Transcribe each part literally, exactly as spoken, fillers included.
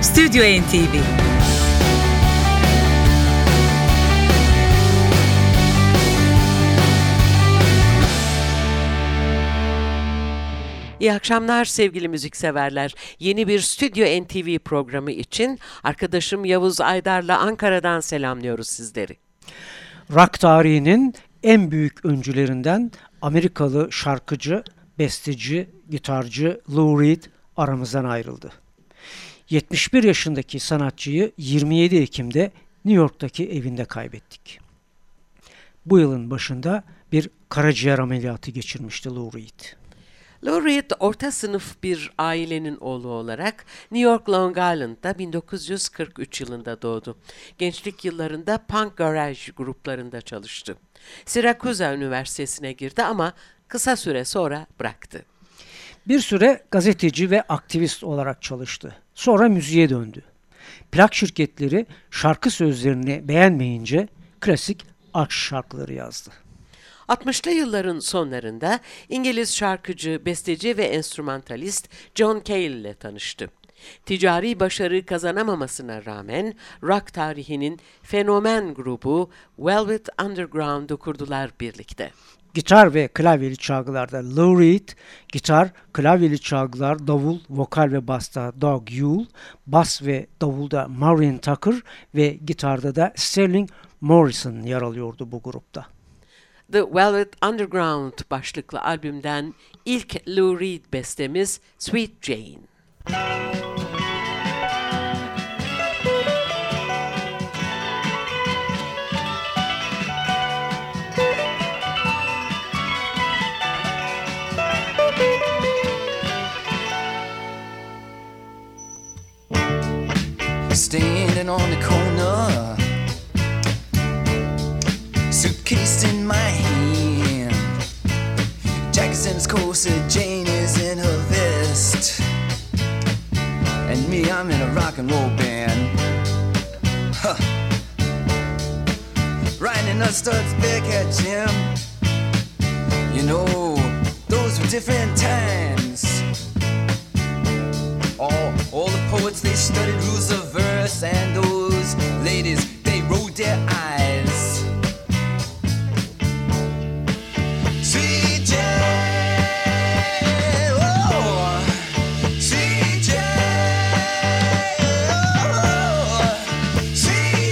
Stüdyo N T V. İyi akşamlar sevgili müzikseverler. Yeni bir Stüdyo N T V programı için arkadaşım Yavuz Aydar'la Ankara'dan selamlıyoruz sizleri. Rock tarihinin en büyük öncülerinden Amerikalı şarkıcı, besteci, gitarcı Lou Reed aramızdan ayrıldı. yetmiş bir yaşındaki sanatçıyı yirmi yedi Ekim'de New York'taki evinde kaybettik. Bu yılın başında bir karaciğer ameliyatı geçirmişti Lou Reed. Lou Reed orta sınıf bir ailenin oğlu olarak New York Long Island'da bin dokuz yüz kırk üç yılında doğdu. Gençlik yıllarında punk garage gruplarında çalıştı. Syracuse Üniversitesi'ne girdi ama kısa süre sonra bıraktı. Bir süre gazeteci ve aktivist olarak çalıştı. Sonra müziğe döndü. Plak şirketleri şarkı sözlerini beğenmeyince klasik aşk şarkıları yazdı. altmışlı yılların sonlarında İngiliz şarkıcı, besteci ve enstrümantalist John Cale ile tanıştı. Ticari başarı kazanamamasına rağmen rock tarihinin fenomen grubu Velvet Underground'u kurdular birlikte. Gitar ve klavyeli çalgılarda Lou Reed, gitar, klavyeli çalgılar, davul, vokal ve basta Doug Yule, bas ve davulda Maureen Tucker ve gitarda da Sterling Morrison yer alıyordu bu grupta. The Velvet Underground başlıklı albümden ilk Lou Reed bestemiz Sweet Jane. Standing on the corner, suitcase in my hand, Jack's in his corset, Jane is in her vest, and me, I'm in a rock and roll band. Huh. Riding the studs back at Jim. You know, those were different times. All, all the poets, they studied rules of verse, and those ladies, they rolled their eyes. Sweet Jane, oh, Sweet Jane, oh, Sweet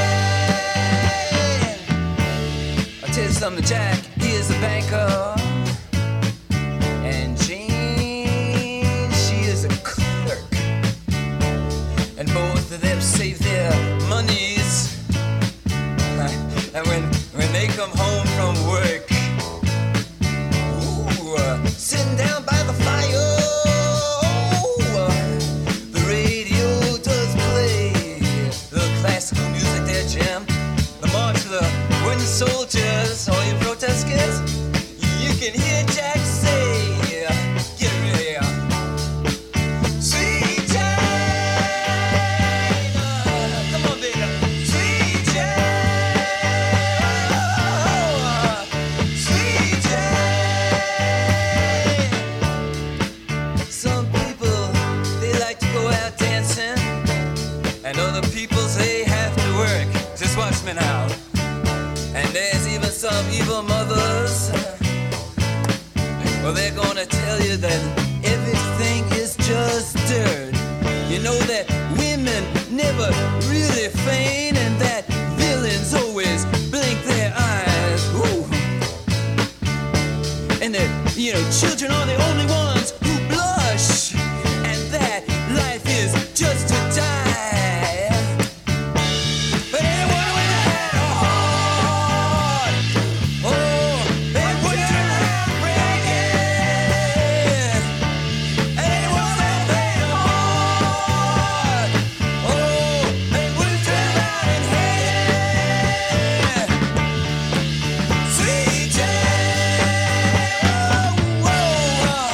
Jane. I'll tell you something, Jack, he is a banker, and Jane, she is a clerk, and both of them save their monies, and when, when they come home from work, ooh, uh, sitting down by the fire, oh, the radio does play the classical music there, Jim. The march of the wooden soldiers, all you protesters, you can hear Jack say, get ready, Sweet Jane, come on, baby, Sweet Jane, Sweet Jane. Some people, they like to go out dancing, and other people, they have to work. Just watch me now. And there's even some evil mothers, well, they're gonna tell you that everything is just dirt. You know that women never really faint, and that villains always blink their eyes. Ooh. And that, you know, children are the only ones who blush, and that life is just to die. But anyone with a heart, oh, they would turn out breaking. Anyone with a heart, oh, they would turn out and hate. Sweet Jane, oh, oh, oh.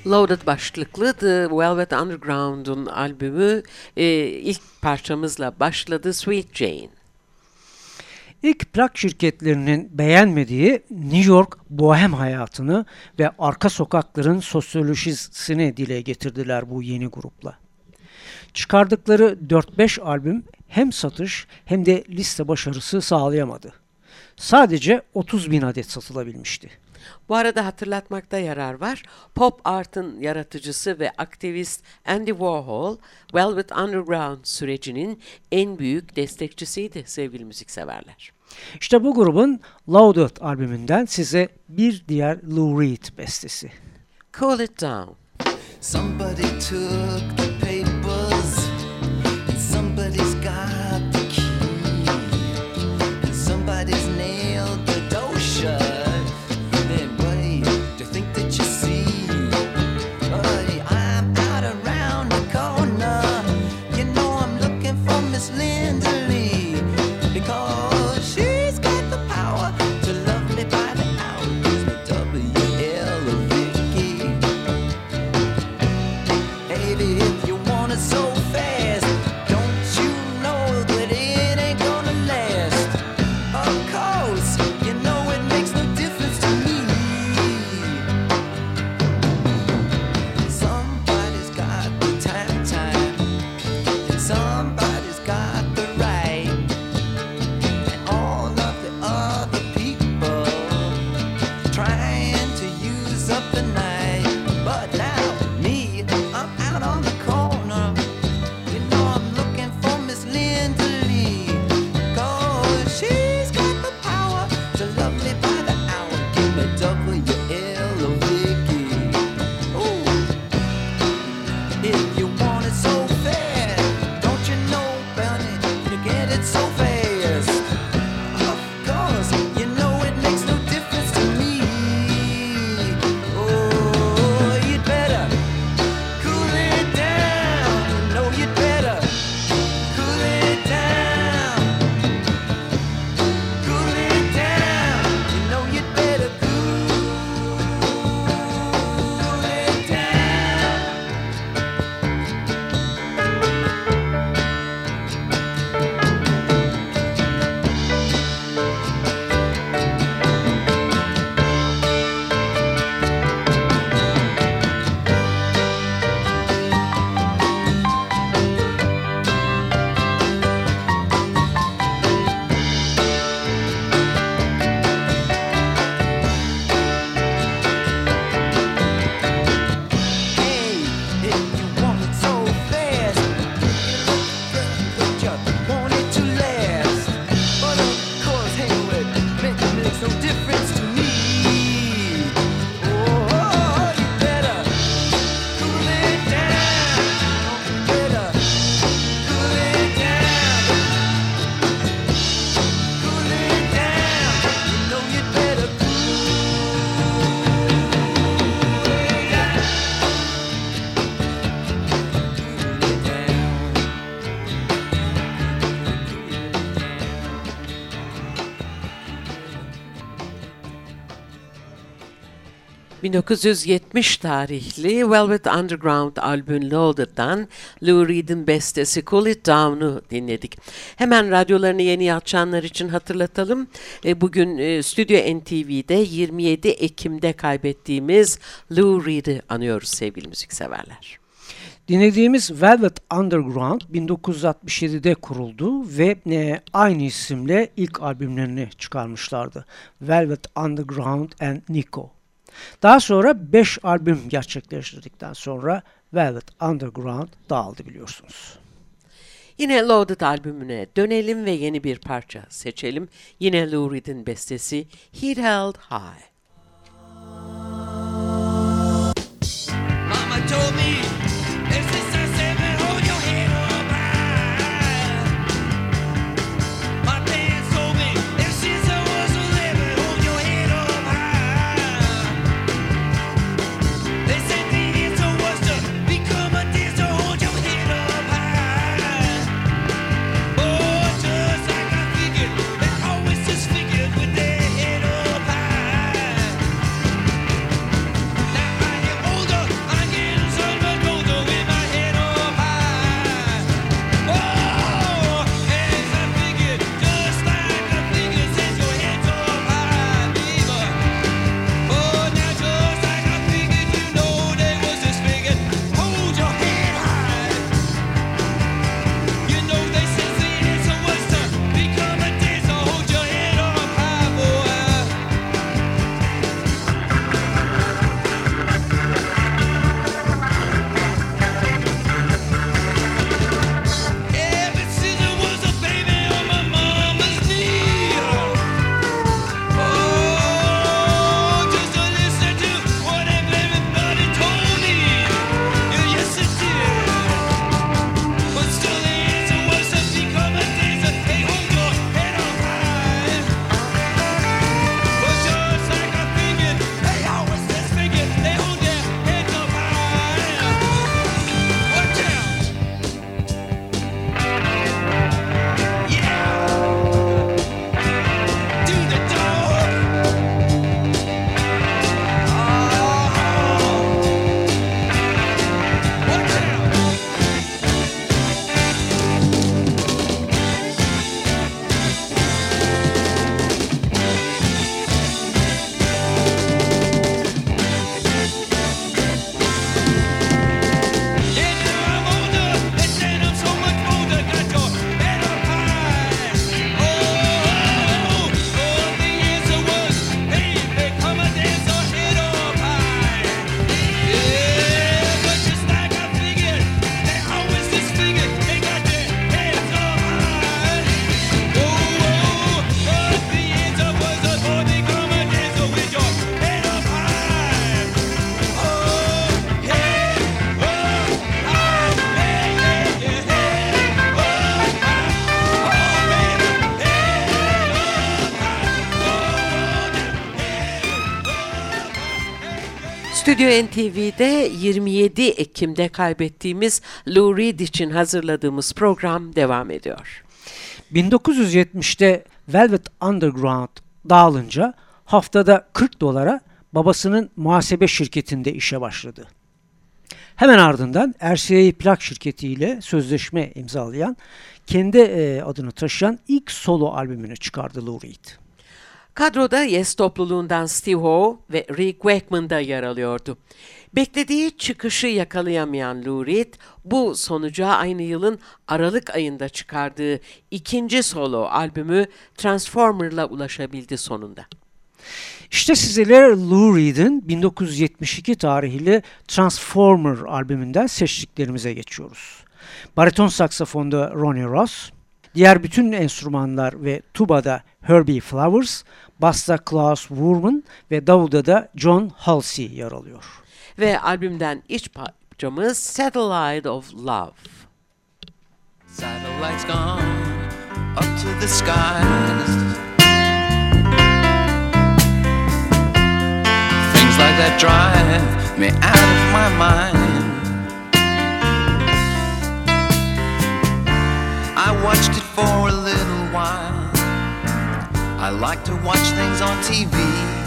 Loaded başlıklı The Velvet Underground'un albümü e, ilk parçamızla başladı, Sweet Jane. İlk plak şirketlerinin beğenmediği New York bohem hayatını ve arka sokakların sosyolojisini dile getirdiler bu yeni grupla. Çıkardıkları dört beş albüm hem satış hem de liste başarısı sağlayamadı. Sadece otuz bin adet satılabilmişti. Bu arada hatırlatmakta yarar var. Pop art'ın yaratıcısı ve aktivist Andy Warhol, Velvet Underground sürecinin en büyük destekçisiydi sevgili müzikseverler. İşte bu grubun Loaded albümünden size bir diğer Lou Reed bestesi. Cool It Down. Somebody took the papers, and somebody's got the key, and somebody's nailed the door shut. Then wait, do you think that you see? Hey, I'm out around the corner. You know I'm looking for Miss Linda Lee, because she's got the power to love me by the hour. Gives me W L O Vicky. Baby, if you want it so fast, don't you know that it ain't gonna last? Of course, you know it makes no difference to me. Somebody's got the time, time, and somebody's got the right, and all of the other people trying to use up the night. But now, me, I'm out on the corner. You know I'm looking for Miss Linda Lee, 'cause she's got the power to love me by the hour. Give me W L O Vicky. Ooh. If you want it so fast, don't you know, Bunny, you get it so fast. Of course, you know it makes no difference to me. Oh, you'd better cool it down. You know you'd better cool it down. Cool it down. You know you'd better cool it down. Hey, if you want it so fast, but you want it to last. But of course, hey, it makes, makes no difference to me. Oh, you better cool it down. You better cool it down. Cool it down. You know you better cool it down. bin dokuz yüz yetmiş tarihli Velvet Underground albüm Loaded'dan Lou Reed'in bestesi Cool It Down'u dinledik. Hemen radyolarını yeni açanlar için hatırlatalım. E, bugün e, Stüdyo N T V'de yirmi yedi Ekim'de kaybettiğimiz Lou Reed'i anıyoruz sevgili müzikseverler. Dinlediğimiz Velvet Underground bin dokuz yüz altmış yedide kuruldu ve e, aynı isimle ilk albümlerini çıkarmışlardı. Velvet Underground and Nico. Daha sonra beş albüm gerçekleştirdikten sonra Velvet Underground dağıldı biliyorsunuz. Yine Loaded albümüne dönelim ve yeni bir parça seçelim. Yine Lou Reed'in bestesi Head Held High. Mama told me, ever since I said, man, hold your head up high. My parents told me, ever since I was eleven, hold your head up high. They said the answer was to become a dancer, hold your head up high. Oh, just like I figured, they always just figured with their head up high. Stüdyo N T V'de yirmi yedi Ekim'de kaybettiğimiz Lou Reed için hazırladığımız program devam ediyor. bin dokuz yüz yetmişte Velvet Underground dağılınca haftada kırk dolara babasının muhasebe şirketinde işe başladı. Hemen ardından R C A plak şirketiyle sözleşme imzalayan, kendi e, adını taşıyan ilk solo albümünü çıkardı Lou Reed. Kadroda Yes topluluğundan Steve Howe ve Rick Wakeman da yer alıyordu. Beklediği çıkışı yakalayamayan Lou Reed, bu sonuca aynı yılın Aralık ayında çıkardığı ikinci solo albümü Transformer'la ulaşabildi sonunda. İşte sizlere Lou Reed'in bin dokuz yüz yetmiş iki tarihli Transformer albümünden seçtiklerimize geçiyoruz. Bariton saksafonda Ronnie Ross, diğer bütün enstrümanlar ve tubada Herbie Flowers, basta Klaus Wurman ve davulda da John Halsey yer alıyor. Ve albümden iç parçamız Satellite of Love. Satellites gone up to the skies. Things like that drive me out of my mind. I watched it for a little while. I like to watch things on T V.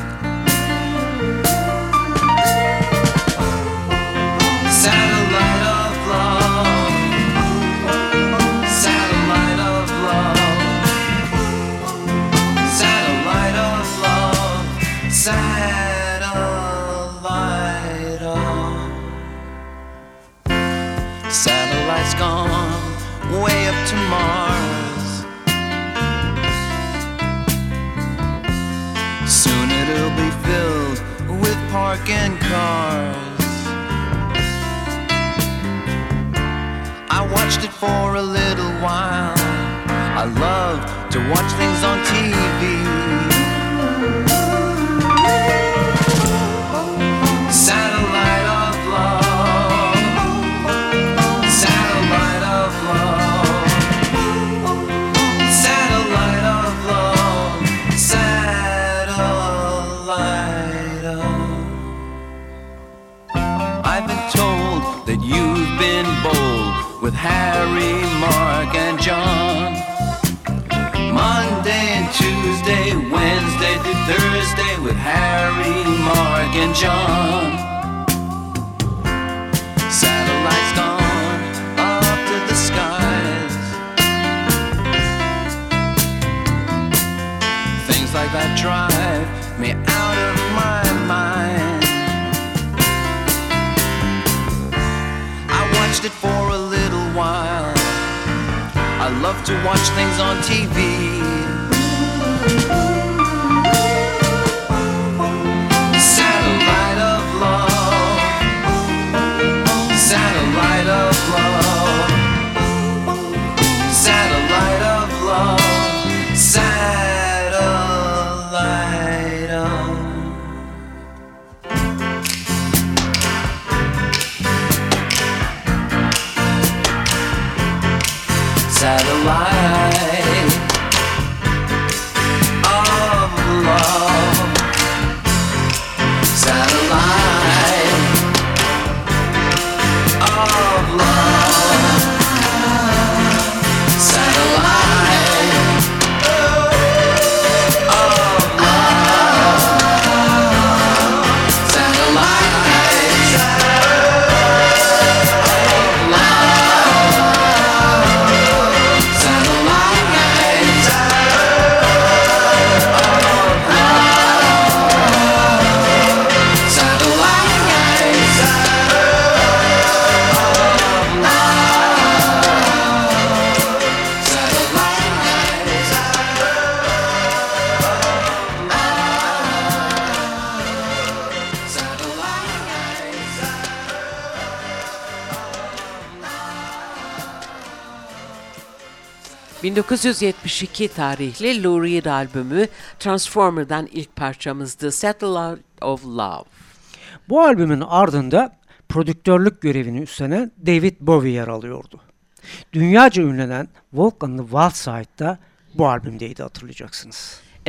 Satellite of love. Satellite of love. Satellite of love. Satellite of. Satellite's gone way up to Mars. Soon it'll be filled with parking cars. I watched it for a little while. I love to watch things on T V. Satellite of love. Satellite of love. Satellite of love. Satellite of. I've been told that you've been bold with Harry, Mark, and John. Monday and Tuesday, Wednesday through Thursday with Harry, Mark, and John. Satellites gone up to the skies. Things like that drive me out of my mind. I watched it for a little while. I love to watch things on T V. Satellite of love. Satellite of love. Satellite of love. Satellite of. Satellite of love. Satellite of love. Satellite of love. bin dokuz yüz yetmiş iki tarihli Lou Reed albümü Transformer'dan ilk parçamızdı Satellite of Love. Bu albümün ardında prodüktörlük görevini üstlenen David Bowie yer alıyordu. Dünyaca ünlenen Walk on the Wild Side'da bu albümdeydi, hatırlayacaksınız.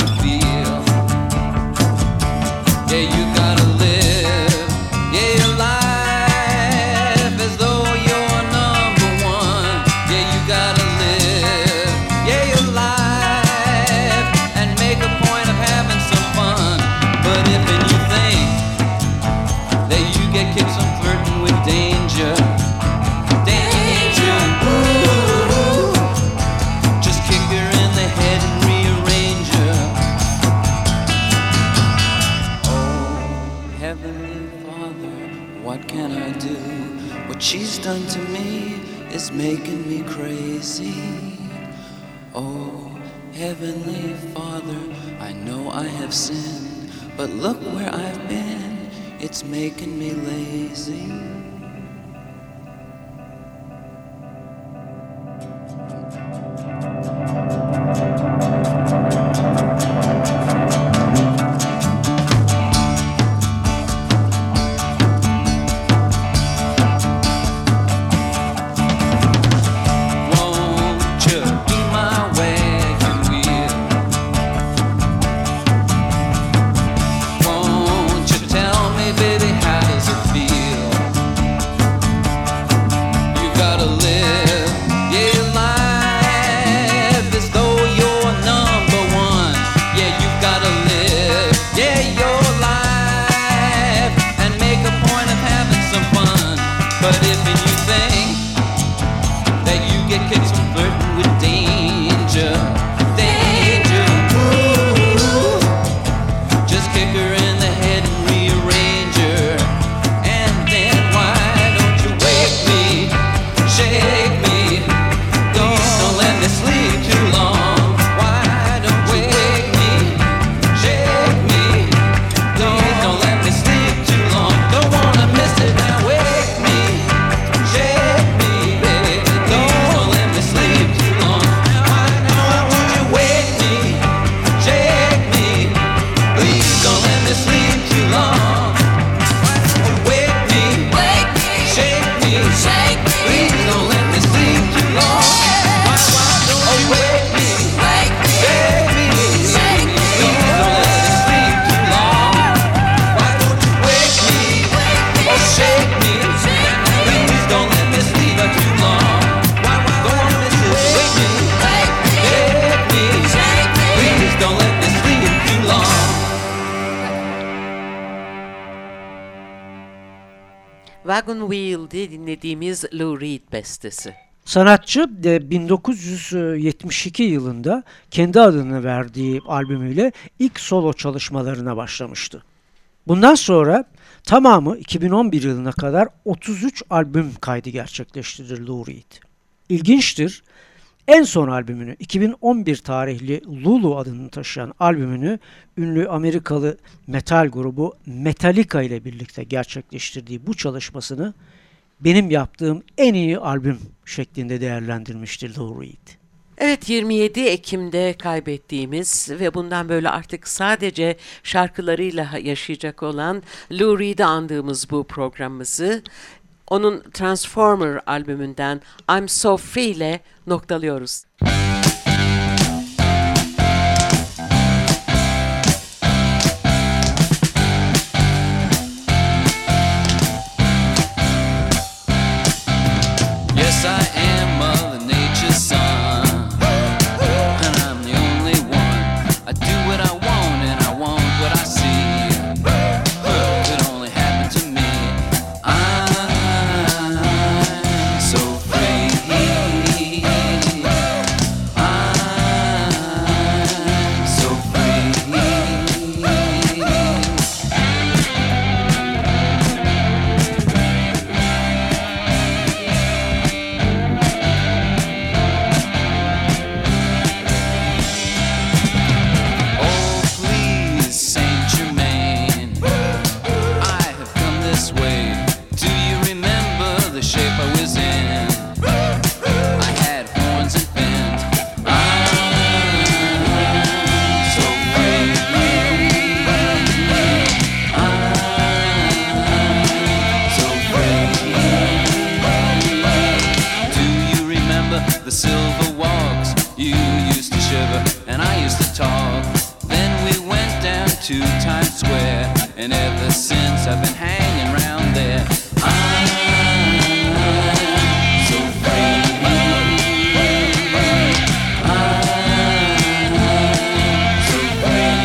Heavenly Father, what can I do? What she's done to me is making me crazy. Oh, Heavenly Father, I know I have sinned, but look where I've been, it's making me lazy. Wagon Wheel diye dinlediğimiz Lou Reed bestesi. Sanatçı bin dokuz yüz yetmiş iki yılında kendi adını verdiği albümüyle ilk solo çalışmalarına başlamıştı. Bundan sonra tamamı iki bin on bir yılına kadar otuz üç albüm kaydı gerçekleştirdi Lou Reed. İlginçtir, en son albümünü iki bin on bir tarihli Lulu adını taşıyan albümünü ünlü Amerikalı metal grubu Metallica ile birlikte gerçekleştirdiği bu çalışmasını benim yaptığım en iyi albüm şeklinde değerlendirmiştir Lou Reed. Evet, yirmi yedi Ekim'de kaybettiğimiz ve bundan böyle artık sadece şarkılarıyla yaşayacak olan Lou Reed'i andığımız bu programımızı onun Transformer albümünden I'm So Free ile noktalıyoruz. Yes, I am Mother Nature's son, and I'm the only one. I do what I want and I want what I see. Huh, could only happen to me. I'm so free. I'm so free. Oh, please, Saint Germain, I have come this way. Do you remember the shape I was in? I had horns and fins. I'm so free. I'm so free. Do you remember the silver walks? You used to shiver and I used to talk. Then we went down to Times Square, and ever since I've been hanging around there. I'm so free. I'm so free.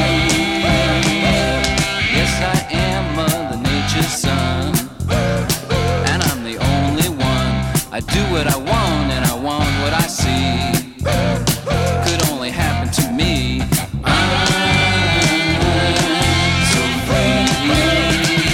Yes, I am Mother Nature's son, and I'm the only one. I do what I want and I want what I see. Could only happen to me. I'm so free.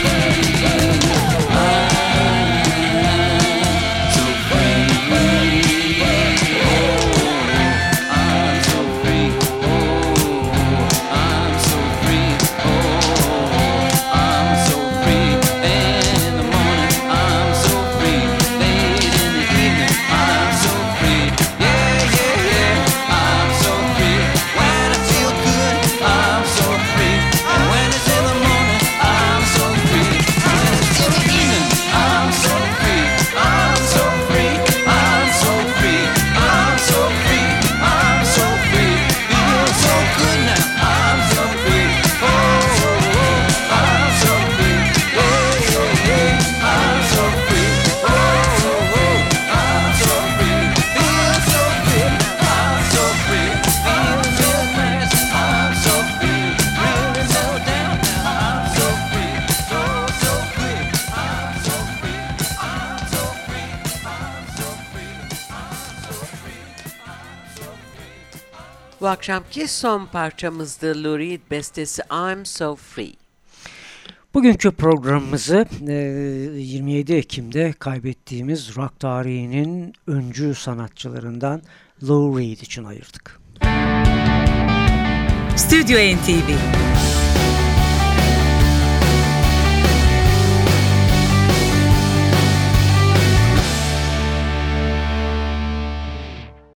Bu akşamki son parçamızdı Lou Reed bestesi I'm So Free. Bugünkü programımızı yirmi yedi Ekim'de kaybettiğimiz rock tarihinin öncü sanatçılarından Lou Reed için ayırdık. Stüdyo N T V